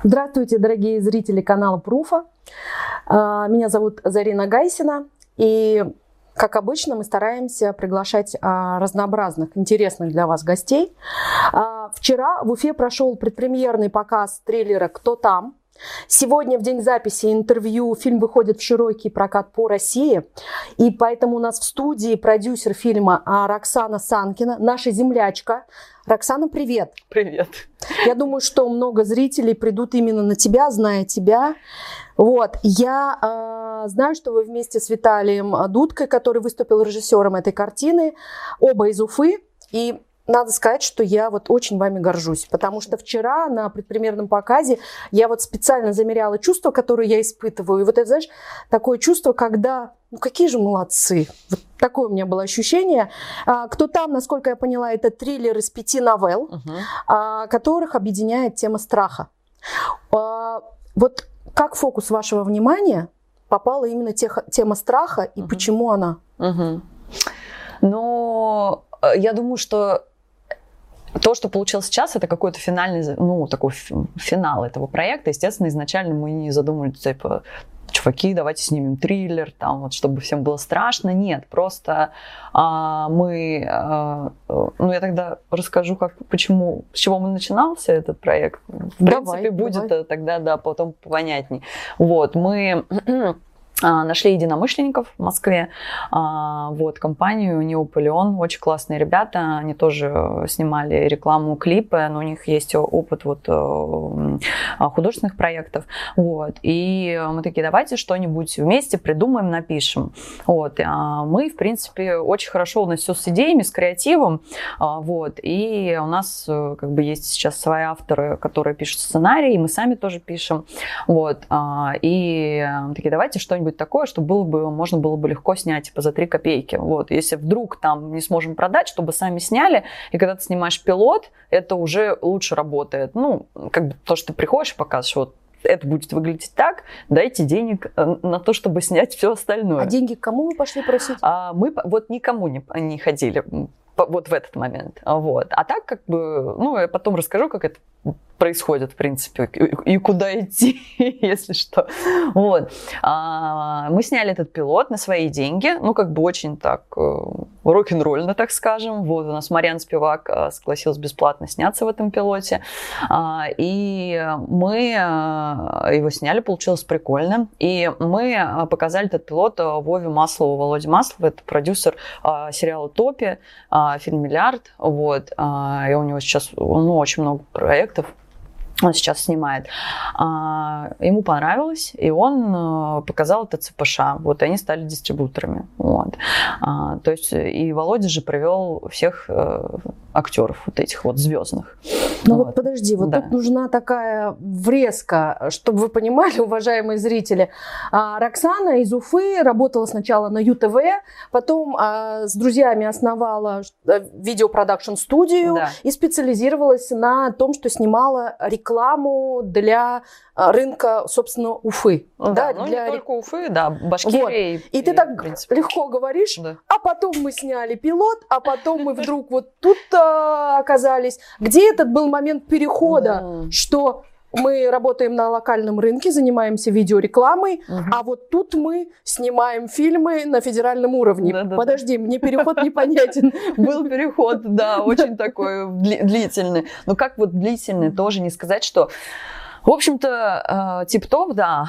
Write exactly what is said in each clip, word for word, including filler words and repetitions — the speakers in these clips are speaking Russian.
Здравствуйте, дорогие зрители канала Пруфа. Меня зовут Зарина Гайсина, и, как обычно, мы стараемся приглашать разнообразных, интересных для вас гостей. Вчера в Уфе прошел предпремьерный показ трейлера «Кто там?». Сегодня, в день записи интервью, фильм выходит в широкий прокат по России, и поэтому у нас в студии продюсер фильма Роксана Санкина, наша землячка. Роксана, привет! Привет! Я думаю, что много зрителей придут именно на тебя, зная тебя. Вот. Я э, знаю, что вы вместе с Виталием Дудкой, который выступил режиссером этой картины, оба из Уфы, и надо сказать, что я вот очень вами горжусь, потому что вчера на предпремьерном показе я вот специально замеряла чувства, которые я испытываю. И вот это, знаешь, такое чувство, когда, ну какие же молодцы. Вот такое у меня было ощущение. А, «Кто там?», насколько я поняла, это триллер из пяти новелл, uh-huh. а, которых объединяет тема страха. А, вот как фокус вашего внимания попала именно тех, тема страха и uh-huh. почему она? Uh-huh. Ну, я думаю, что то, что получилось сейчас, это какой-то финальный, ну, такой финал этого проекта. Естественно, изначально мы не задумывались, типа, чуваки, давайте снимем триллер, там, вот, чтобы всем было страшно. Нет, просто а, мы, а, ну, я тогда расскажу, как, почему, с чего мы начинался этот проект. В давай, принципе, будет давай. тогда, да, потом понятней. Вот, мы... Нашли единомышленников в Москве, вот, компанию Неополеон, очень классные ребята, они тоже снимали рекламу, клипы, но у них есть опыт вот художественных проектов, вот, и мы такие, давайте что-нибудь вместе придумаем, напишем, вот, мы, в принципе, очень хорошо у нас все с идеями, с креативом, вот, и у нас, как бы, есть сейчас свои авторы, которые пишут сценарий, и мы сами тоже пишем, вот, и мы такие, давайте что-нибудь такое, что было бы, можно было бы легко снять типа за три копейки. Вот. Если вдруг там не сможем продать, чтобы сами сняли, и когда ты снимаешь пилот, это уже лучше работает. Ну, как бы то, что ты приходишь и показываешь, вот это будет выглядеть так, дайте денег на то, чтобы снять все остальное. А деньги к кому вы пошли просить? А мы вот никому не, не ходили вот в этот момент. Вот. А так как бы, ну, я потом расскажу, как это происходит, в принципе, и, и куда идти, если что. Вот. А, мы сняли этот пилот на свои деньги, ну, как бы очень так рок-н-ролльно, так скажем. Вот у нас Марьяна Спивак согласилась бесплатно сняться в этом пилоте. А, и мы его сняли, получилось прикольно. И мы показали этот пилот Вове Маслову, Володе Маслову, это продюсер а, сериала «Топи», а, фильм «Миллиард». Вот. А, и у него сейчас ну, очень много проектов. Он сейчас снимает. А, ему понравилось, и он а, показал это ЦПШ. Вот, и они стали дистрибьюторами. Вот. А, то есть, и Володя же привел всех а, актеров вот этих вот звездных. Ну вот, вот подожди, вот да. Тут нужна такая врезка, чтобы вы понимали, уважаемые зрители. А, Роксана из Уфы работала сначала на ЮТВ, потом а, с друзьями основала видеопродакшн-студию да. и специализировалась на том, что снимала рекламу для рынка, собственно, Уфы. Да, да ну для... не только Уфы, да, Башкирии. Вот. И, и ты так легко говоришь, да. а потом мы сняли пилот, а потом мы вдруг вот тут а, оказались. Где этот был момент перехода, да. что мы работаем на локальном рынке, занимаемся видеорекламой, угу. а вот тут мы снимаем фильмы на федеральном уровне. Да, да, Подожди, да. мне переход непонятен. Был переход, да, очень такой длительный. Но как вот длительный, тоже не сказать, что... В общем-то, тип-топ, да.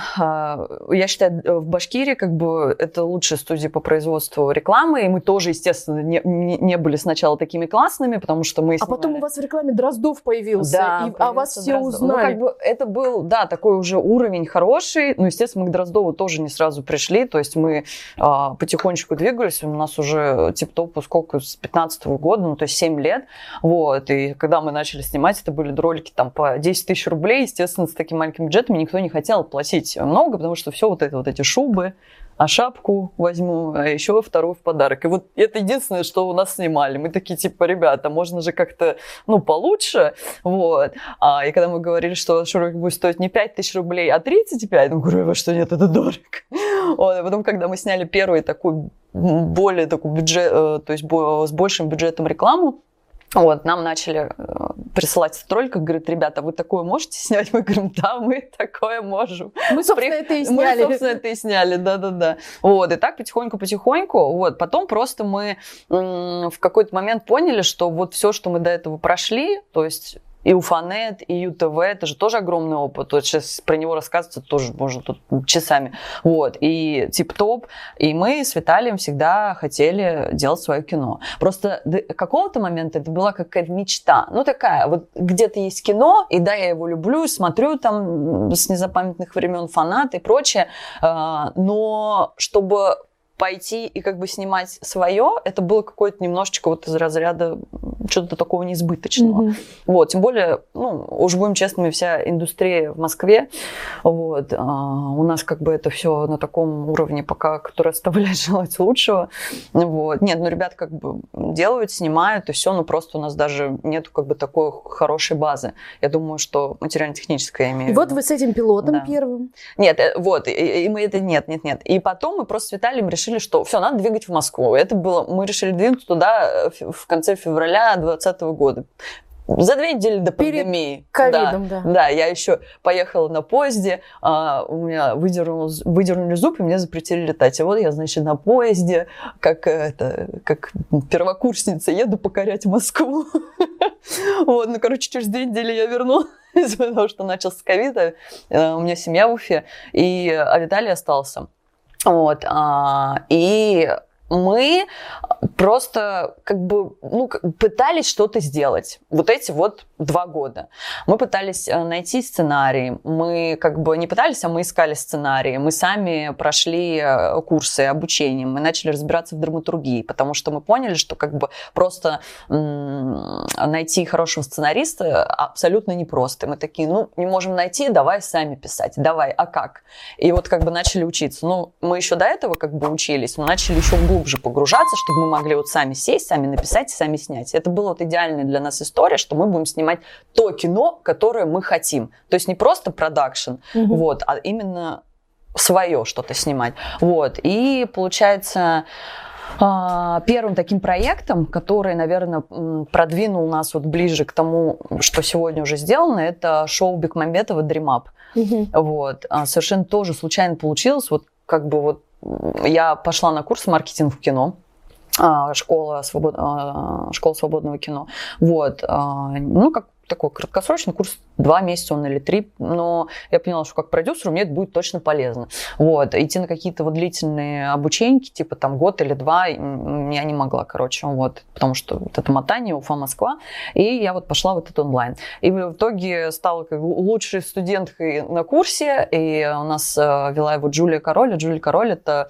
Я считаю, в Башкирии как бы это лучшая студия по производству рекламы, и мы тоже, естественно, не, не были сначала такими классными, потому что мы снимали... А потом у вас в рекламе Дроздов появился, да, и о вас все Дроздов. узнали. Ну, как бы это был, да, такой уже уровень хороший, но, естественно, мы к Дроздову тоже не сразу пришли, то есть мы а, потихонечку двигались, у нас уже тип-топу сколько, с пятнадцатого года, ну, то есть семь лет, вот, и когда мы начали снимать, это были ролики там по десять тысяч рублей, естественно, с таким маленьким бюджетом никто не хотел платить много, потому что все вот это, вот эти шубы, а шапку возьму, а еще вторую в подарок. И вот это единственное, что у нас снимали. Мы такие, типа, ребята, можно же как-то, ну, получше, вот. А, и когда мы говорили, что широкий будет стоить не пять тысяч рублей, а тридцать пять, я говорю, что нет, это дорого. Вот. И потом, когда мы сняли первый такой, более такой бюджет, то есть с большим бюджетом рекламу, вот, нам начали присылать этот ролик, и говорит, ребята, вы такое можете снять? Мы говорим, да, мы такое можем. Мы, собственно, При... это и сняли. Мы, собственно, это и сняли, да-да-да. Вот, и так потихоньку-потихоньку, вот, потом просто мы м- в какой-то момент поняли, что вот все, что мы до этого прошли, то есть и Уфанет, и ЮТВ, это же тоже огромный опыт. Вот сейчас про него рассказываться тоже можно тут часами. Вот. И Тип-Топ. И мы с Виталием всегда хотели делать свое кино. Просто до какого-то момента это была какая-то мечта. Ну, такая, вот где-то есть кино, и да, я его люблю, смотрю там с незапамятных времен Фанат и прочее. Но чтобы пойти и как бы снимать свое, это было какое-то немножечко вот из разряда чего-то такого неизбыточного. Mm-hmm. Вот, тем более, ну, уж будем честными, вся индустрия в Москве, вот, а, у нас как бы это все на таком уровне пока, который оставляет желать лучшего. Вот. Нет, ну, ребят как бы делают, снимают, и все, но просто у нас даже нету как бы такой хорошей базы. Я думаю, что материально-техническая, я имею в виду. Вот вы с этим пилотом да. первым. Нет, вот, и, и мы это, нет, нет, нет. И потом мы просто с Виталием решили, что все, надо двигать в Москву. Это было, мы решили двинуться туда в конце февраля двадцатого года. За две недели до пандемии. Перед ковидом, да, да. Да, я еще поехала на поезде, а, у меня выдернули зуб, и мне запретили летать. И вот я, значит, на поезде, как, это, как первокурсница, еду покорять Москву. Вот, ну, короче, через две недели я вернулась, потому что начался ковид, у меня семья в Уфе, и а Виталий остался. Вот, а, и мы просто как бы ну, пытались что-то сделать. Вот эти вот два года. Мы пытались найти сценарий. Мы как бы не пытались, а мы искали сценарии. Мы сами прошли курсы обучения. Мы начали разбираться в драматургии, потому что мы поняли, что как бы просто м- найти хорошего сценариста абсолютно непросто. Мы такие, ну, не можем найти, давай сами писать. Давай, а как? И вот как бы начали учиться. Ну, мы еще до этого как бы учились, но начали еще глубже погружаться, чтобы мы могли вот сами сесть, сами написать и сами снять. Это была вот идеальная для нас история, что мы будем снимать то кино, которое мы хотим. То есть не просто продакшн, mm-hmm. вот, а именно свое что-то снимать. Вот. И получается, первым таким проектом, который, наверное, продвинул нас вот ближе к тому, что сегодня уже сделано, это шоу Бекмамбетова «Dream Up». Mm-hmm. Вот. Совершенно тоже случайно получилось. Вот как бы вот я пошла на курс «Маркетинг в кино». Школа, свобод... школа свободного кино. Вот. Ну, как такой краткосрочный курс, два месяца он или три, но я поняла, что как продюсеру мне это будет точно полезно. Вот. Идти на какие-то вот длительные обученьки, типа там год или два, я не могла, короче, вот, потому что вот это мотание, Уфа, Москва, и я вот пошла в этот онлайн. И в итоге стала как лучшей студенткой на курсе, и у нас вела его Джулия Король. Джулия Король это,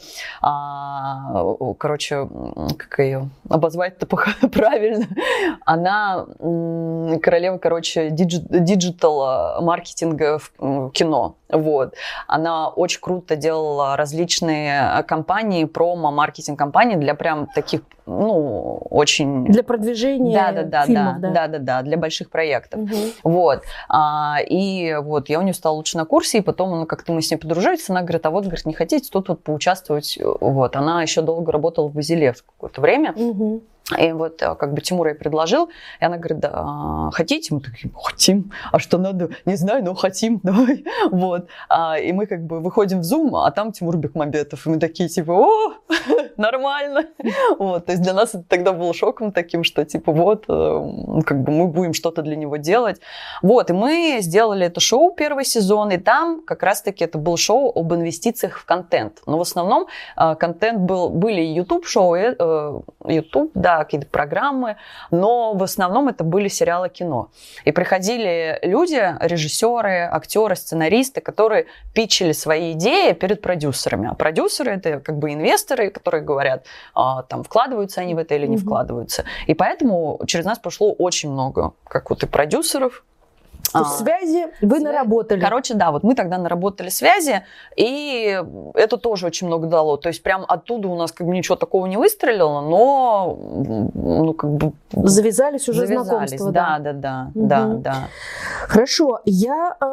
короче, как ее обозвать-то правильно, она королева, короче, диджитал-маркетинга в кино. Вот. Она очень круто делала различные кампании, промо-маркетинг-кампании для прям таких, ну, очень... Для продвижения да, да, да, фильмов, да, да? Да, да, да, для больших проектов. Угу. Вот. А, и вот я у нее стала лучше на курсе, и потом она, как-то мы с ней подружились, она говорит, а вот, говорит, не хотите тут вот поучаствовать? Вот. Она еще долго работала в Базилевске какое-то время. Угу. И вот как бы Тимур ей предложил, и она говорит, да, хотите? Мы такие, хотим. А что надо? Не знаю, но хотим, давай. Вот. А, и мы как бы выходим в Zoom, а там Тимур Бекмамбетов. И мы такие, типа, о, нормально. Вот. То есть для нас это тогда было шоком таким, что типа вот, как бы мы будем что-то для него делать. Вот. И мы сделали это шоу первый сезон, и там как раз-таки это было шоу об инвестициях в контент. Но в основном контент был, были YouTube-шоу, YouTube, да, какие-то программы, но в основном это были сериалы кино. И приходили люди, режиссеры, актеры, сценаристы, которые питчили свои идеи перед продюсерами. А продюсеры — это как бы инвесторы, которые говорят, там, вкладываются они в это или не mm-hmm. вкладываются. И поэтому через нас прошло очень много, как вот и продюсеров. То есть связи вы Свя... наработали. Короче, да, вот мы тогда наработали связи, и это тоже очень много дало. То есть прям оттуда у нас как бы ничего такого не выстрелило, но ну как бы... Завязались уже завязались. знакомства. Да, да, да, угу. да, да. Хорошо, я...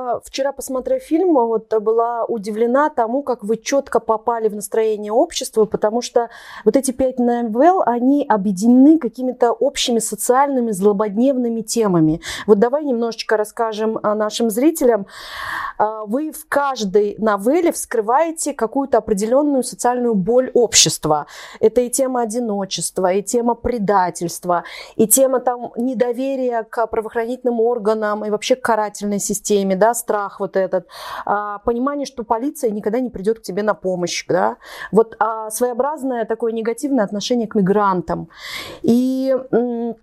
Я вчера, посмотрев фильм, вот была удивлена тому, как вы четко попали в настроение общества, потому что вот эти пять новелл, они объединены какими-то общими социальными злободневными темами. Вот давай немножечко расскажем нашим зрителям. Вы в каждой новелле вскрываете какую-то определенную социальную боль общества. Это и тема одиночества, и тема предательства, и тема там недоверия к правоохранительным органам и вообще к карательной системе, да, страх вот этот, а, понимание, что полиция никогда не придет к тебе на помощь, да, вот а, своеобразное такое негативное отношение к мигрантам. И м-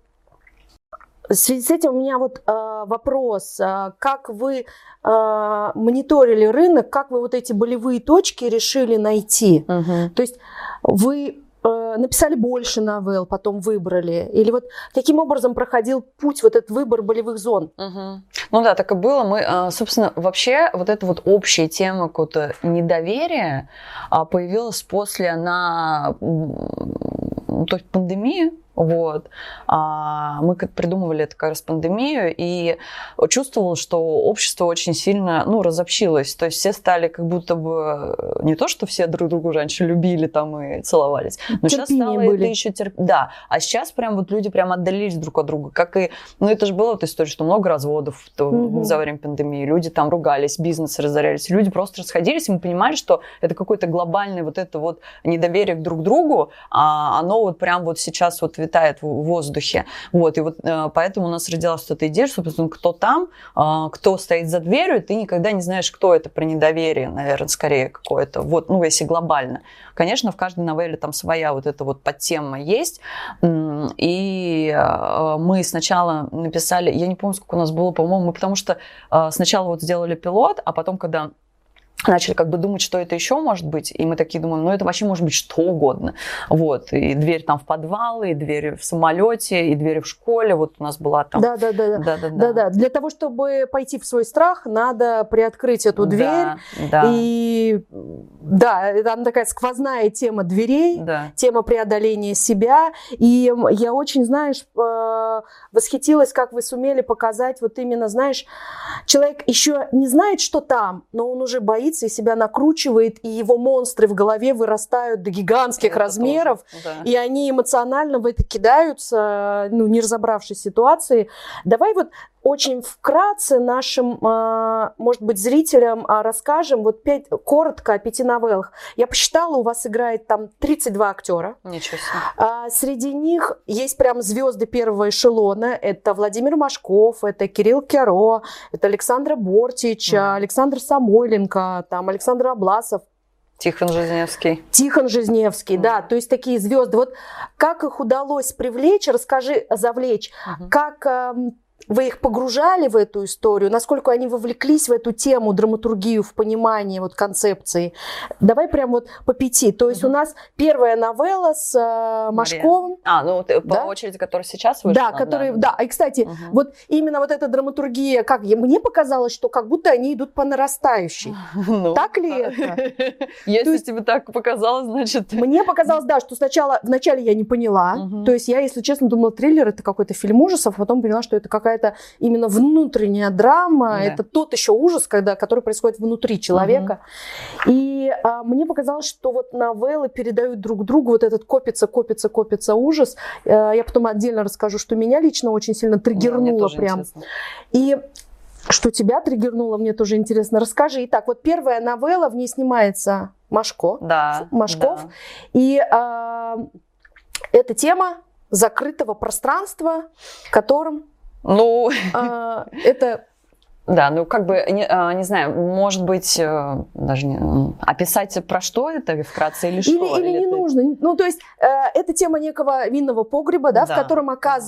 в связи с этим у меня вот э, вопрос, э, как вы э, мониторили рынок, как вы вот эти болевые точки решили найти? Угу. То есть вы э, написали больше новелл, потом выбрали? Или вот каким образом проходил путь вот этот выбор болевых зон? Угу. Ну да, так и было. Мы, собственно, вообще вот эта вот общая тема какого-то недоверия появилась после на, то есть пандемии. Вот. А мы придумывали это как раз пандемию, и чувствовала, что общество очень сильно, ну, разобщилось. То есть все стали как будто бы не то, что все друг друга раньше любили там и целовались, но сейчас стало были. Это еще терп... Да, а сейчас прям вот люди прям отдалились друг от друга. Как и, ну, это же была вот история, что много разводов угу. за время пандемии. Люди там ругались, бизнесы разорялись, люди просто расходились, и мы понимали, что это какое-то глобальное вот это вот недоверие друг к другу, а оно вот прям вот сейчас вот витает в воздухе. Вот, и вот э, поэтому у нас родилась вот эта идея, что, собственно, кто там, э, кто стоит за дверью, ты никогда не знаешь, кто это, про недоверие, наверное, скорее какое-то. Вот, ну, если глобально. Конечно, в каждой новелле там своя вот эта вот подтема есть. И э, мы сначала написали, я не помню, сколько у нас было, по-моему, мы потому что э, сначала вот сделали пилот, а потом, когда начали как бы думать, что это еще может быть, и мы такие думаем, ну это вообще может быть что угодно. Вот, и дверь там в подвал, и дверь в самолете, и дверь в школе, вот у нас была там... Да, да, да, да, да, да. Для того, чтобы пойти в свой страх, надо приоткрыть эту дверь, да, да. И да, там такая сквозная тема дверей, да. Тема преодоления себя, и я очень, знаешь, восхитилась, как вы сумели показать вот именно, знаешь, человек еще не знает, что там, но он уже боится и себя накручивает, и его монстры в голове вырастают до гигантских это размеров, тоже, да. И они эмоционально в это кидаются, ну, не разобравшись в ситуации. Давай вот очень вкратце нашим, может быть, зрителям расскажем вот пять, коротко о пяти новеллах. Я посчитала, у вас играет там тридцать два актера. Ничего себе. Среди них есть прям звезды первого эшелона. Это Владимир Машков, это Кирилл Кяро, это Александра Бортич, mm. Александр Самойленко, там Александр Обласов. Тихон Жизневский. Тихон Жизневский, mm. да, то есть такие звезды. Вот как их удалось привлечь, расскажи, завлечь, mm-hmm. как... Вы их погружали в эту историю? Насколько они вовлеклись в эту тему, драматургию, в понимание вот концепции? Давай прям вот по пяти. То есть угу. у нас первая новелла с э, Машковым. А, ну ты, да? По очереди, которая сейчас вышла. Да, которые, да. да. И, кстати, угу. вот именно вот эта драматургия, как мне показалось, что как будто они идут по нарастающей. Ну, так ли это? Если тебе так показалось, значит... Мне показалось, да, что сначала, вначале я не поняла. То есть я, если честно, думала, триллер это какой-то фильм ужасов, а потом поняла, что это какая это именно внутренняя драма, да. Это тот еще ужас, когда, который происходит внутри человека. Угу. И а, мне показалось, что вот новеллы передают друг другу вот этот копится, копится, копится ужас. А, я потом отдельно расскажу, что меня лично очень сильно триггернуло да, прям. Интересно. И что тебя триггернуло, мне тоже интересно. Расскажи. Итак, вот первая новелла, в ней снимается Машко, да, Машков. Да. И а, эта тема закрытого пространства, в котором Ну, а, это... Да, ну как бы, не, не знаю, может быть, даже не, описать, про что это вкратце или что? Или, или, или не это... нужно. Ну, то есть, э, это тема некого винного погреба, да, да, в котором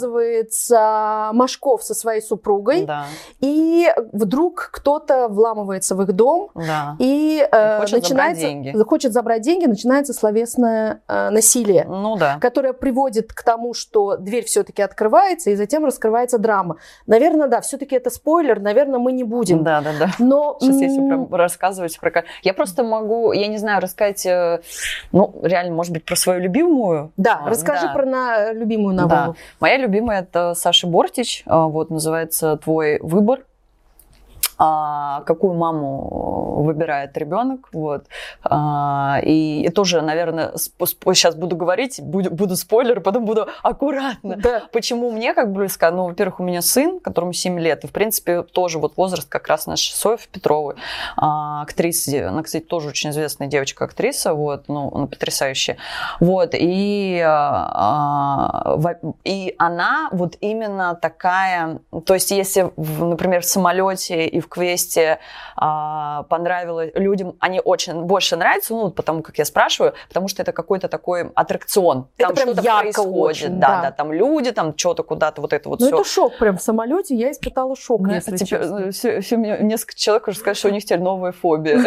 оказывается Машков со своей супругой, да. И вдруг кто-то вламывается в их дом, да. И, э, и хочет начинается, забрать деньги. хочет забрать деньги, начинается словесное э, насилие, ну, да. которое приводит к тому, что дверь все-таки открывается, и затем раскрывается драма. Наверное, да, все-таки это спойлер, наверное, мы не будем. Да, да, да. Но сейчас если прям рассказывать про... Я просто могу, я не знаю, рассказать, ну, реально, может быть, про свою любимую. Да, а, расскажи да. про на... любимую новеллу. Да. Моя любимая — это Саша Бортич, вот, называется «Твой выбор». а, какую маму выбирает ребенок. Вот. А, и, и тоже, наверное, сп- сейчас буду говорить, буду, буду спойлеры, потом буду аккуратно. Да. Почему мне как близко? Ну, во-первых, у меня сын, которому семь лет, и, в принципе, тоже вот возраст как раз нашей Софьи Петровой, а, актрисы. Она, кстати, тоже очень известная девочка-актриса, вот, ну, она потрясающая. Вот, и, а, и она вот именно такая, то есть если, в, например, в самолете и в квесте а, понравилось людям, они очень больше нравятся, ну, потому как я спрашиваю, потому что это какой-то такой аттракцион, это там что-то происходит, очень, да, да. да, там люди, там что-то куда-то, вот это вот ну, все. это шок прям в самолете, я испытала шок, Да, если теперь, честно. Все, все, мне, несколько человек уже сказали, что у них теперь новая фобия.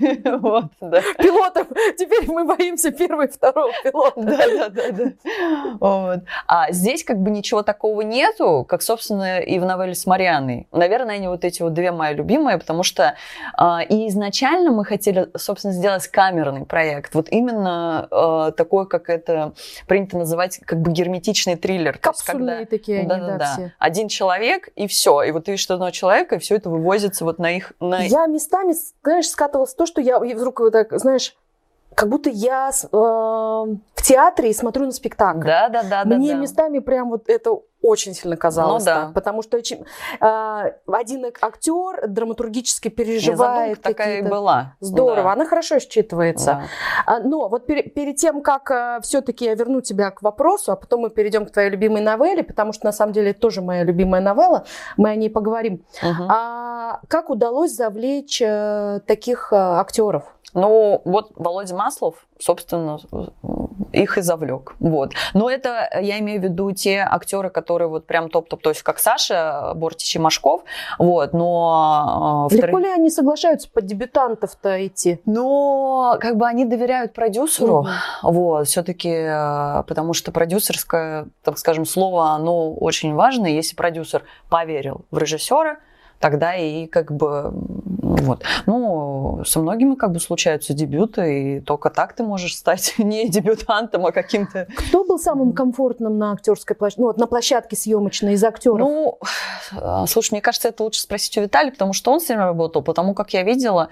Пилотов, теперь мы боимся первого и второго пилота. Да, да, да, да. А здесь как бы ничего такого нету, как, собственно, и в новелле с Марианной. Наверное, они вот эти вот две мои любимые, потому что а, и изначально мы хотели, собственно, сделать камерный проект. Вот именно а, такой, как это принято называть, как бы герметичный триллер. Капсульные когда, такие да, они, да, да, да. все. Один человек, и все. И вот ты видишь одного человека, и все это вывозится вот на их... На... Я местами, знаешь, скатывалась в то, что я, я вдруг вот так, знаешь, как будто я э, в театре и смотрю на спектакль. Да, да, да. Мне да, да. местами прям вот это очень сильно казалось, ну, да. так, потому что очень, э, один актер драматургически переживает. Я такая и была. Здорово, да. она хорошо считывается. Да. А, но вот пер, перед тем, как э, все-таки я верну тебя к вопросу, а потом мы перейдем к твоей любимой новелле, потому что на самом деле это тоже моя любимая новелла, мы о ней поговорим. Угу. А как удалось завлечь э, таких э, актеров? Ну, вот Володя Маслов, собственно, их и завлек. Вот. Но это, я имею в виду, те актеры, которые вот прям топ-топ, то есть как Саша Бортич и Машков. Вот, но... Легко втор... ли они соглашаются под дебютантов-то идти? Но как бы они доверяют продюсеру, mm-hmm. вот, все-таки, потому что продюсерское, так скажем, слово, оно очень важно. Если продюсер поверил в режиссера, тогда и как бы вот. Ну, со многими как бы случаются дебюты, и только так ты можешь стать не дебютантом, а каким-то... Кто был самым комфортным на актерской площадке, ну вот на площадке съемочной из актеров? Ну, слушай, мне кажется, это лучше спросить у Виталия, потому что он с ними работал, потому как я видела...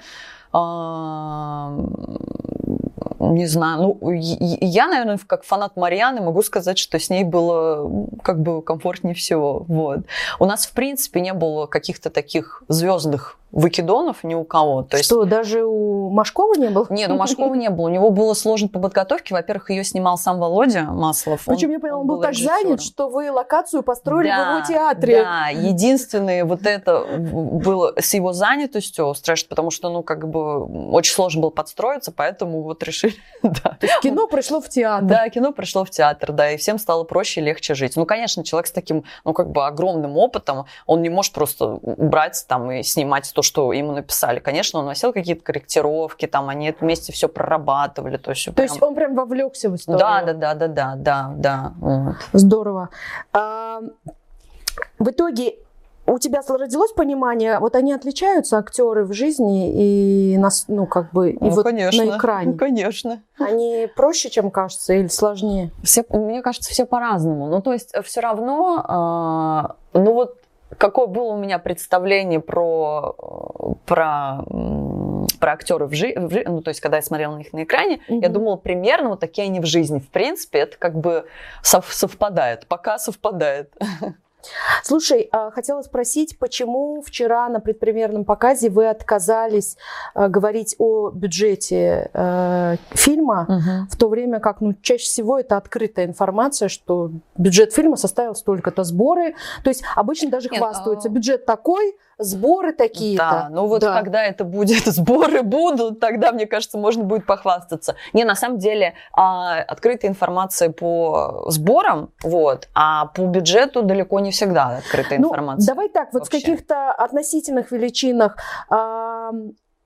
Не знаю, ну, я, наверное, как фанат Марианны могу сказать, что с ней было как бы комфортнее всего, вот. У нас, в принципе, не было каких-то таких звездных выкидонов ни у кого. То что, есть... даже у Машкова не было? Нет, у Машкова не было. У него было сложно по подготовке. Во-первых, ее снимал сам Володя Маслов. Причем, я поняла, он, он был так режиссером. Занят, что вы локацию построили да, в его театре. Да, единственное вот это было с его занятостью, стресс, потому что, ну, как бы очень сложно было подстроиться, поэтому вот решили... да. То есть кино пришло в театр. Да, кино пришло в театр, да, и всем стало проще и легче жить. Ну, конечно, человек с таким, ну, как бы огромным опытом, он не может просто брать там и снимать то, что ему написали. Конечно, он носил какие-то корректировки, там, они вместе все прорабатывали. То есть, то прям... есть он прям вовлекся в историю? Да, да, да, да, да, да, да. Вот. Здорово. А, в итоге у тебя родилось понимание, вот они отличаются, актеры в жизни и на, ну, как бы, и ну, вот конечно, на экране? Ну, конечно. Они проще, чем кажется, или сложнее? Все, мне кажется, все по-разному. Ну, то есть все равно, э, ну вот, какое было у меня представление про, про, про актеров в жизни, ну, то есть, когда я смотрела на них на экране, mm-hmm. я думала, примерно вот такие они в жизни. В принципе, это как бы сов- совпадает, пока совпадает. Слушай, хотела спросить, почему вчера на предпремьерном показе вы отказались говорить о бюджете э, фильма, угу. в то время как, ну, чаще всего это открытая информация, что бюджет фильма составил столько-то, сборы, то есть обычно даже Нет, хвастаются, а... бюджет такой, сборы такие-то. Да, ну вот да. когда это будет, сборы будут, тогда, мне кажется, можно будет похвастаться. Не, на самом деле, а, открытая информация по сборам, вот, а по бюджету далеко не всегда открытая ну, информация. Давай так, вот вообще. В каких-то относительных величинах, а,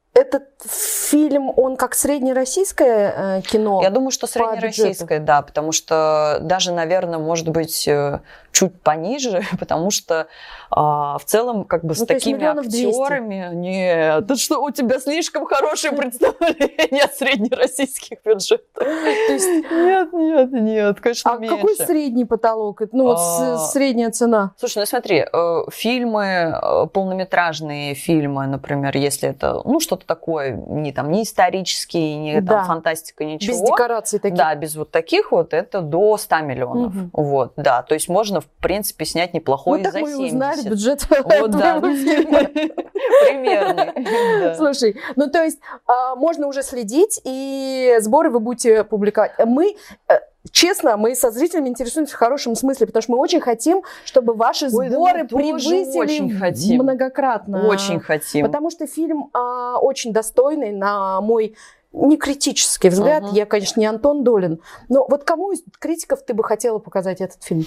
этот фильм, он как среднероссийское э, кино? Я думаю, что среднероссийское, да, потому что даже, наверное, может быть, чуть пониже, потому что а, в целом как бы с ну, такими актерами... Нет, это что, у тебя слишком хорошее представление о среднероссийских бюджетах. То есть... Нет, нет, нет, конечно, а меньше. А какой средний потолок? Ну, вот а... средняя цена. Слушай, ну смотри, фильмы, полнометражные фильмы, например, если это, ну, что-то такое, не там, не исторические, не да. там фантастика, ничего. Без декораций таких. Да, без вот таких вот, это до ста миллионов. Угу. Вот, да, то есть можно, в принципе, снять неплохой ну, за семьдесят. Мы узнали бюджет вот, да. Примерно. Слушай, ну то есть можно уже следить, и сборы вы будете публиковать. Мы... Честно, мы со зрителями интересуемся в хорошем смысле, потому что мы очень хотим, чтобы ваши Ой, сборы да превысили многократно. Очень хотим. Потому что фильм а, очень достойный, на мой не критический взгляд. Uh-huh. Я, конечно, не Антон Долин. Но вот кому из критиков ты бы хотела показать этот фильм?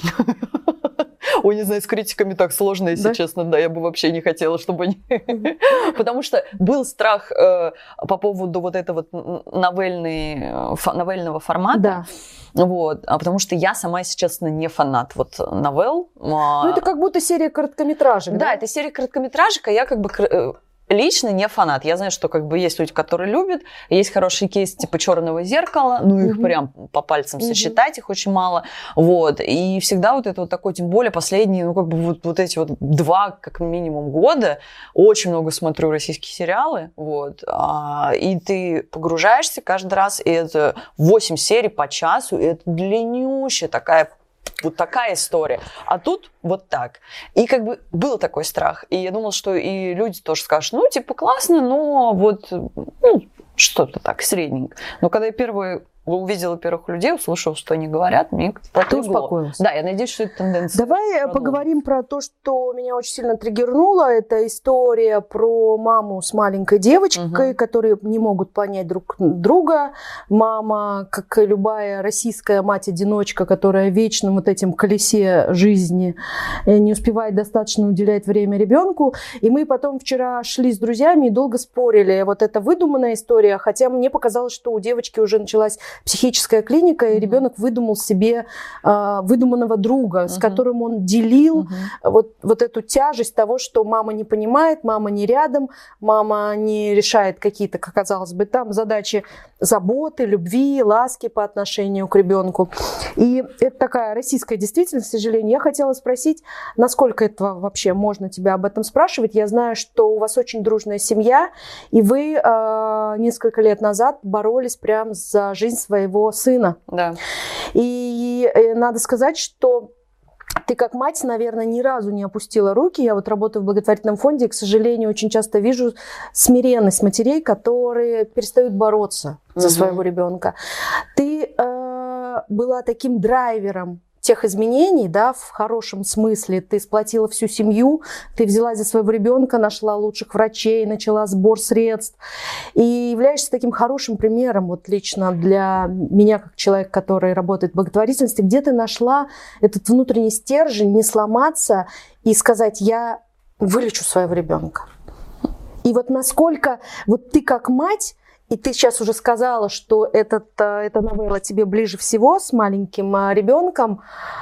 Ой, не знаю, с критиками так сложно, если да? честно, да, я бы вообще не хотела, чтобы они... Потому что был страх э, по поводу вот этого новельный, фа, новельного формата. Да. Вот, а потому что я сама, если честно, не фанат вот новелл. Ну, это как будто серия короткометражек, да? Да, это серия короткометражек, а я как бы... Лично не фанат. Я знаю, что как бы есть люди, которые любят. Есть хорошие кейсы типа «Черного зеркала». Ну, их uh-huh. прям по пальцам uh-huh. сосчитать, их очень мало. Вот. И всегда вот это вот такое, тем более последние, ну, как бы вот, вот эти вот два, как минимум, года очень много смотрю российские сериалы. Вот. А, и ты погружаешься каждый раз, и это восемь серий по часу, и это длиннющая такая вот такая история. А тут вот так. И как бы был такой страх. И я думала, что и люди тоже скажут, ну, типа, классно, но вот, ну, что-то так, средненько. Но когда я первые увидела первых людей, услышала, что они говорят, мне так ты успокоилась. Да, я надеюсь, что это тенденция. Давай продолжится. Поговорим про то, что меня очень сильно триггернуло. Это история про маму с маленькой девочкой, угу. которые не могут понять друг друга. Мама, как и любая российская мать-одиночка, которая в вечном вот этим колесе жизни не успевает достаточно уделять время ребенку. И мы потом вчера шли с друзьями и долго спорили. Вот это выдуманная история, хотя мне показалось, что у девочки уже началась психическая клиника, и mm-hmm. ребенок выдумал себе э, выдуманного друга, mm-hmm. с которым он делил mm-hmm. вот, вот эту тяжесть того, что мама не понимает, мама не рядом, мама не решает какие-то, как казалось бы, там задачи заботы, любви, ласки по отношению к ребенку. И это такая российская действительность, к сожалению. Я хотела спросить, насколько это вообще можно тебя об этом спрашивать. Я знаю, что у вас очень дружная семья, и вы э, несколько лет назад боролись прям за жизнь своего сына. Да. И, и надо сказать, что ты как мать, наверное, ни разу не опустила руки. Я вот работаю в благотворительном фонде и, к сожалению, очень часто вижу смиренность матерей, которые перестают бороться за угу. своего ребенка. Ты э, была таким драйвером тех изменений, да, в хорошем смысле. Ты сплотила всю семью, ты взялась за своего ребенка, нашла лучших врачей, начала сбор средств. И являешься таким хорошим примером, вот лично для меня, как человек, который работает в благотворительности, где ты нашла этот внутренний стержень, не сломаться и сказать: я вылечу своего ребенка. И вот насколько вот ты как мать, и ты сейчас уже сказала, что этот, эта новелла тебе ближе всего с маленьким ребенком.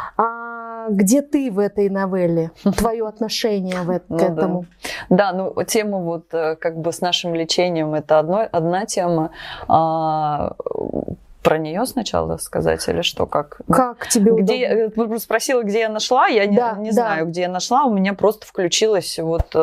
А где ты в этой новелле? Твое отношение в это, ну, к этому? Да. да, ну тема вот как бы с нашим лечением, это одно, одна тема. А, про нее сначала сказать или что? Как, как тебе где, удобно? Спросила, где я нашла. Я да, не, не да. знаю, где я нашла. У меня просто включилось вот...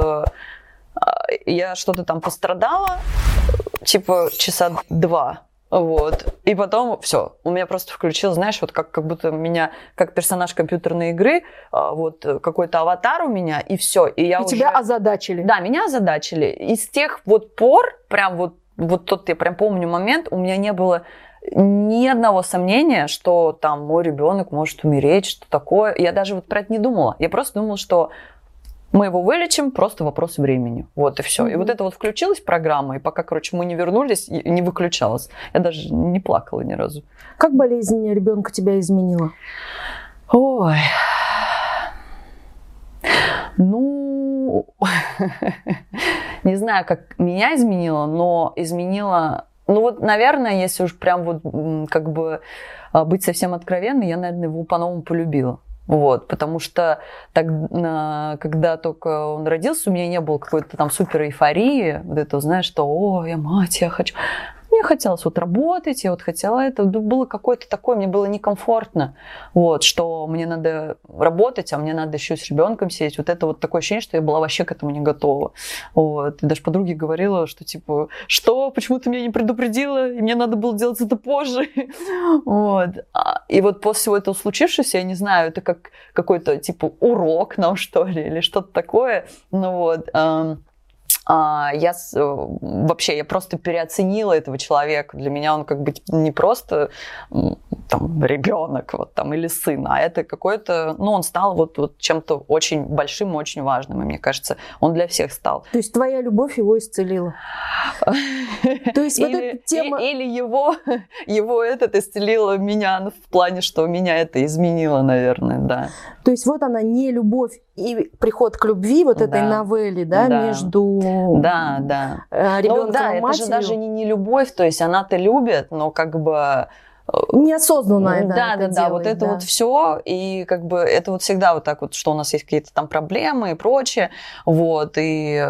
Я что-то там пострадала, типа часа два, вот, и потом все, у меня просто включилось, знаешь, вот как, как будто меня, как персонаж компьютерной игры, вот какой-то аватар у меня, и все, и я и уже... тебя озадачили. Да, меня озадачили, и с тех вот пор, прям вот, вот тот, я прям помню момент, у меня не было ни одного сомнения, что там мой ребенок может умереть, что такое, я даже вот про это не думала, я просто думала, что мы его вылечим, просто вопрос времени. Вот и все. Mm-hmm. И вот это вот включилась программа, и пока, короче, мы не вернулись, не выключалась. Я даже не плакала ни разу. Как болезнь ребенка тебя изменила? Ой. Ну, не знаю, как меня изменило, но изменило... Ну вот, наверное, если уж прям вот как бы быть совсем откровенной, я, наверное, его по-новому полюбила. Вот, потому что так, когда только он родился, у меня не было какой-то там супер эйфории, вот этого, знаешь, что, о, я мать, я хочу... Мне хотелось вот работать, я вот хотела это, было какое-то такое, мне было некомфортно, вот, что мне надо работать, а мне надо еще с ребенком сидеть. Вот это вот такое ощущение, что я была вообще к этому не готова. Вот. И даже подруге говорила, что типа, что, почему ты меня не предупредила, и мне надо было делать это позже. Вот. И вот после всего этого случившегося, я не знаю, это как какой-то типа урок нам, что ли, или что-то такое. Ну вот. Я вообще, я просто переоценила этого человека. Для меня он как бы не просто там ребенок вот, там, или сын, а это какой-то, ну, он стал вот, вот чем-то очень большим, очень важным, и мне кажется, он для всех стал. То есть твоя любовь его исцелила? То есть вот эта тема... Или его, его этот исцелила меня, ну, в плане, что меня это изменило, наверное, да. То есть вот она, не любовь и приход к любви, вот этой да. новелли, да, да. между да, да. ребенком ну, да, и матерью. Это же даже не, не любовь, то есть она-то любит, но как бы... Неосознанно, да, да, это да, делает, да, вот это да. вот все, и как бы это вот всегда вот так вот, что у нас есть какие-то там проблемы и прочее, вот, и,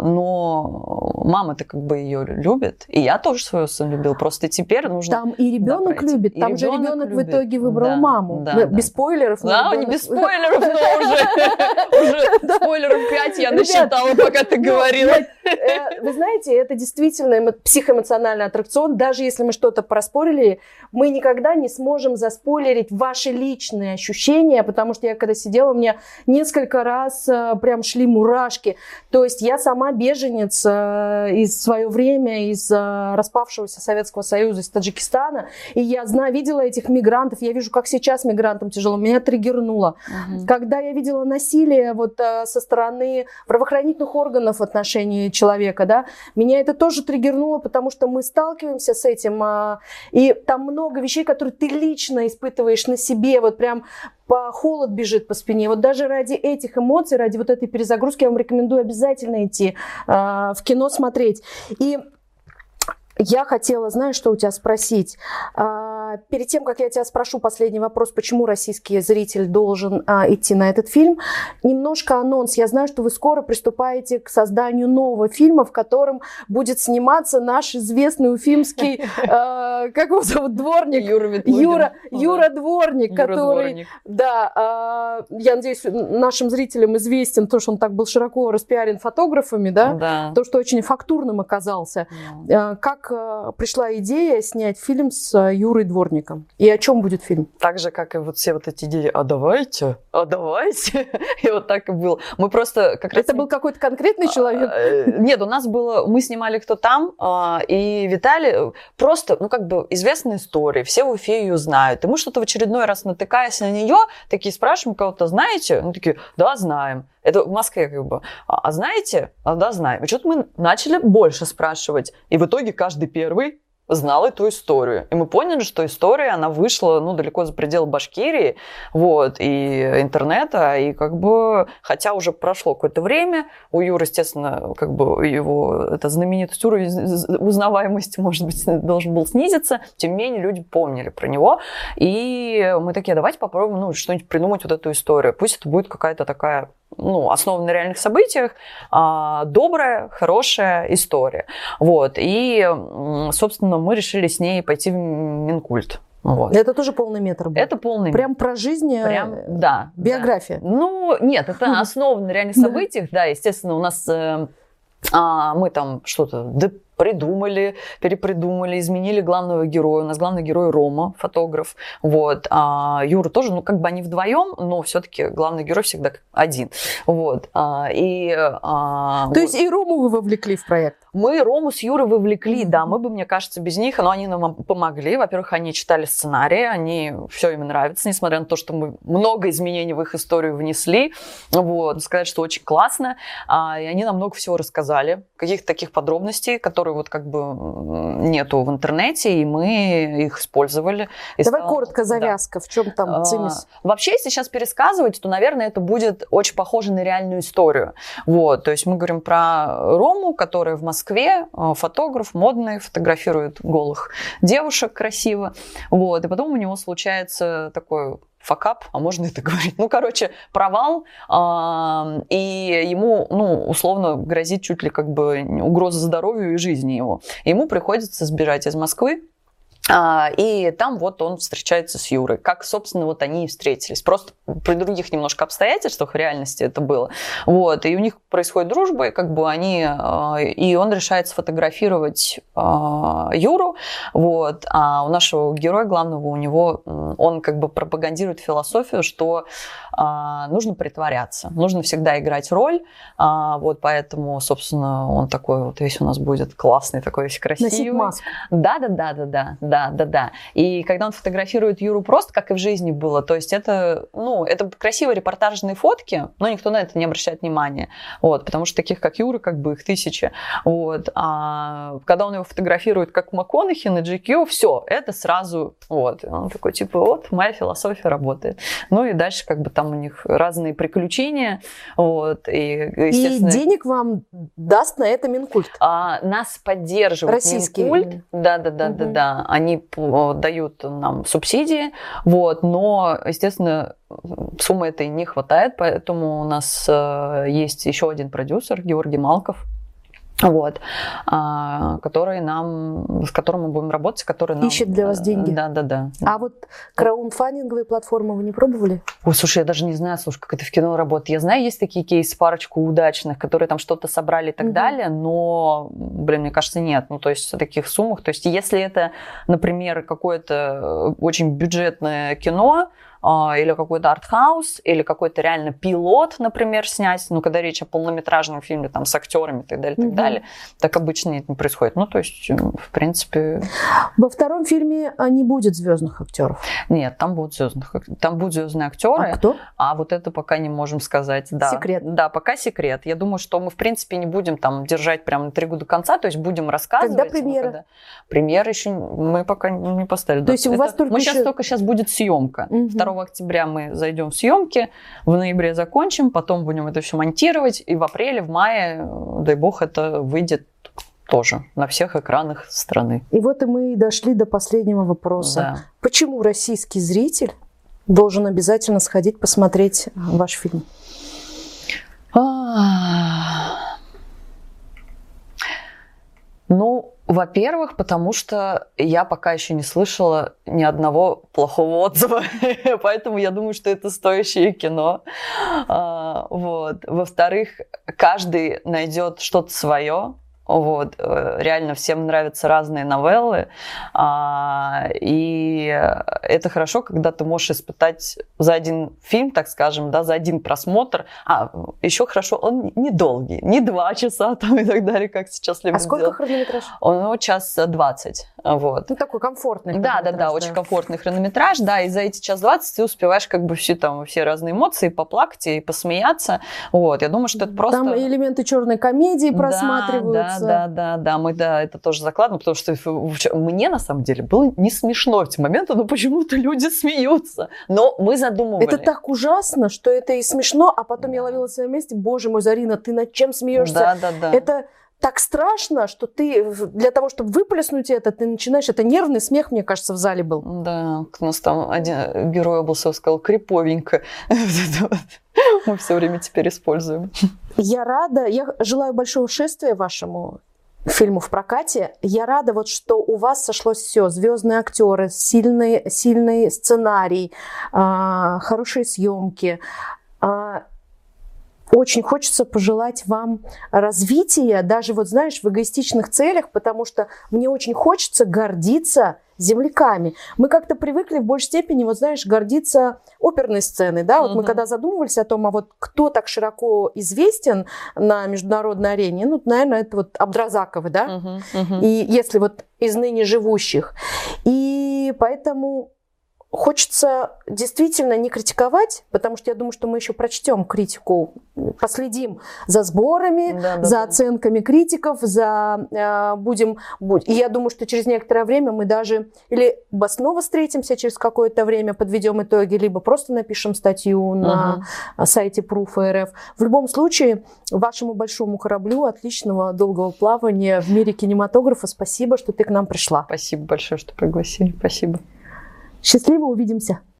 но мама-то как бы ее любит, и я тоже свою сына любила, просто теперь нужно... Там и ребенок да, любит, и там же ребенок в итоге выбрал да, маму, да, без да. спойлеров. Да, не без спойлеров, но уже, уже спойлеров пять я насчитала, пока ты говорила. Вы знаете, это действительно психоэмоциональный аттракцион, даже если мы что-то проспорили, мы никогда не сможем заспойлерить ваши личные ощущения, потому что я когда сидела, у меня несколько раз э, прям шли мурашки. То есть я сама беженец э, из свое время из э, распавшегося Советского Союза, из Таджикистана, и я знаю, видела этих мигрантов, я вижу, как сейчас мигрантам тяжело, меня триггернуло. Uh-huh. Когда я видела насилие вот, э, со стороны правоохранительных органов в отношении человека, да, меня это тоже триггернуло, потому что мы сталкиваемся с этим, э, и там много вещей, которые ты лично испытываешь на себе, вот прям по холод бежит по спине. Вот даже ради этих эмоций, ради вот этой перезагрузки я вам рекомендую обязательно идти э, в кино смотреть. И я хотела, знаешь, что у тебя спросить? А, перед тем, как я тебя спрошу последний вопрос, почему российский зритель должен а, идти на этот фильм, немножко анонс. Я знаю, что вы скоро приступаете к созданию нового фильма, в котором будет сниматься наш известный уфимский, а, как его зовут, дворник? Юра Ветлугин. Юра, Юра Дворник, Юра который, Дворник. да, а, я надеюсь, нашим зрителям известен то, что он так был широко распиарен фотографами, да, да. то, что очень фактурным оказался. Да. Как пришла идея снять фильм с Юрой Дворником? И о чем будет фильм? Так же, как и вот все вот эти идеи, а давайте, а давайте. И вот так и было. Мы просто как раз... Это был какой-то конкретный человек? Нет, у нас было... Мы снимали «Кто там?», и Виталий просто, ну, как бы известная история, все в Уфе ее знают. И мы что-то в очередной раз, натыкаясь на нее, такие спрашиваем кого-то, знаете? Ну, такие, да, знаем. Это в Москве как бы. А, а знаете? А, да, знаем. И что-то мы начали больше спрашивать. И в итоге каждый первый знал эту историю. И мы поняли, что история, она вышла, ну, далеко за пределы Башкирии, вот, и интернета, и как бы, хотя уже прошло какое-то время, у Юры, естественно, как бы его, эта знаменитость, уровень узнаваемости, может быть, должен был снизиться, тем не менее, люди помнили про него, и мы такие, давайте попробуем, ну, что-нибудь придумать вот эту историю, пусть это будет какая-то такая, ну, основана на реальных событиях, а, добрая, хорошая история. Вот. И, собственно, мы решили с ней пойти в Минкульт. Вот. Это тоже полный метр был? Это полный метр. Прям про жизнь? Прям, да. Биография? Да. Ну, нет, это основано на реальных событиях. Да, естественно, у нас э, а, мы там что-то... придумали, перепридумали, изменили главного героя. У нас главный герой Рома, фотограф. Вот. А Юра тоже, ну, как бы они вдвоем, но все-таки главный герой всегда один. Вот. А, и, а, То вот. есть и Рому вы вовлекли в проект? Мы Рому с Юрой вовлекли, да. Мы бы, мне кажется, без них, но они нам помогли. Во-первых, они читали сценарий, они, все им нравится, несмотря на то, что мы много изменений в их историю внесли. Вот. Сказать, что очень классно. А, и они нам много всего рассказали, каких-то таких подробностей, которые которые вот как бы нету в интернете, и мы их использовали. И Давай стало... коротко завязка, да. В чем там цимис? А, вообще, если сейчас пересказывать, то, наверное, это будет очень похоже на реальную историю. Вот, то есть мы говорим про Рому, который в Москве, фотограф, модный, фотографирует голых девушек красиво. Вот, и потом у него случается такой... факап, а можно это говорить? Ну, короче, провал, э, и ему, ну, условно грозит чуть ли как бы угроза здоровью и жизни его. Ему приходится сбежать из Москвы, А, и там вот он встречается с Юрой. Как, собственно, вот они и встретились. Просто при других немножко обстоятельствах в реальности это было. Вот. И у них происходит дружба, и как бы они... И он решает сфотографировать Юру. Вот. А у нашего героя главного, у него... Он как бы пропагандирует философию, что нужно притворяться. Нужно всегда играть роль. Вот поэтому, собственно, он такой вот весь у нас будет классный, такой весь красивый. Носить маску. Да-да-да-да-да. Да, да, да. И когда он фотографирует Юру просто, как и в жизни было, то есть это, ну, это красивые репортажные фотки, но никто на это не обращает внимания, вот, потому что таких, как Юра, как бы их тысячи, вот. А когда он его фотографирует как МакКонахи на джи кью, все, это сразу, вот, он такой, типа, вот, моя философия работает. Ну и дальше как бы там у них разные приключения, вот, и, естественно... И денег вам даст на это Минкульт? А, нас поддерживает Российский. Минкульт, да-да-да-да-да. Они дают нам субсидии, вот, но, естественно, суммы этой не хватает, поэтому у нас э, есть еще один продюсер, Георгий Малков, вот, а, который нам, с которым мы будем работать, который нам... Ищет для вас деньги. Да, да, да. А вот краундфандинговые платформы вы не пробовали? Ой, слушай, я даже не знаю, слушай, как это в кино работает. Я знаю, есть такие кейсы, парочку удачных, которые там что-то собрали и так mm-hmm. далее, но, блин, мне кажется, нет. Ну, то есть, в таких суммах. То есть, если это, например, какое-то очень бюджетное кино, или какой-то артхаус, или какой-то реально пилот, например, снять, ну, когда речь о полнометражном фильме там, с актерами и так далее, mm-hmm. так далее, так обычно это не происходит. Ну, то есть, в принципе... Во втором фильме не будет звездных актеров? Нет, там будут звездных, там будут звездные актеры. А кто? А вот это пока не можем сказать. Да. Секрет. Да, пока секрет. Я думаю, что мы, в принципе, не будем там держать прямо на три года до конца, то есть будем рассказывать. Когда премьера? Когда... Премьера еще мы пока не поставили. То есть у вас это... только Мы еще... сейчас только сейчас будет съемка. Угу. второго октября мы зайдем в съемки, в ноябре закончим, потом будем это все монтировать, и в апреле, в мае, дай бог, это выйдет тоже на всех экранах страны. И вот и мы дошли до последнего вопроса. Да. Почему российский зритель должен обязательно сходить посмотреть ваш фильм? Ну, во-первых, потому что я пока еще не слышала ни одного плохого отзыва, поэтому я думаю, что это стоящее кино. Вот. Во-вторых, каждый найдет что-то свое. Вот. Реально всем нравятся разные новеллы, и это хорошо, когда ты можешь испытать за один фильм, так скажем, да, за один просмотр, а еще хорошо, он недолгий, не два часа там и так далее, как сейчас любят А сколько делать. хронометраж? Он ну, час двадцать, вот. Ну, такой комфортный Да, да, да, очень комфортный хронометраж, да, и за эти час двадцать ты успеваешь как бы все там, все разные эмоции, поплакать и посмеяться, вот, я думаю, что это просто... Там элементы черной комедии да, просматриваются. Да, да, да, да, мы, да, это тоже закладываем, потому что мне, на самом деле, было не смешно в эти моменты, но почему-то люди смеются, но мы задумывали. Это так ужасно, что это и смешно, а потом я ловила себя вместе, боже мой, Зарина, ты над чем смеешься? Да, да, да. Это... так страшно, что ты для того, чтобы выплеснуть это, ты начинаешь... Это нервный смех, мне кажется, в зале был. Да, у нас там один герой Обласов сказал «криповенько». Мы все время теперь используем. Я рада, я желаю большого шествия вашему фильму в прокате. Я рада, вот, что у вас сошлось все. Звездные актеры, сильный, сильный сценарий, хорошие съемки. Очень хочется пожелать вам развития, даже, вот знаешь, в эгоистичных целях, потому что мне очень хочется гордиться земляками. Мы как-то привыкли в большей степени, вот знаешь, гордиться оперной сценой, да, вот uh-huh. мы когда задумывались о том, а вот кто так широко известен на международной арене, ну, наверное, это вот Абдразаковы, да, uh-huh. Uh-huh. И если вот из ныне живущих. И поэтому хочется действительно не критиковать, потому что я думаю, что мы еще прочтем критику, последим за сборами, да, да, за да. оценками критиков, за э, будем, будь. И я думаю, что через некоторое время мы даже или снова встретимся через какое-то время, подведем итоги, либо просто напишем статью uh-huh. на сайте Proof точка эр эф. В любом случае, вашему большому кораблю отличного долгого плавания в мире кинематографа. Спасибо, что ты к нам пришла. Спасибо большое, что пригласили. Спасибо. Счастливо, увидимся.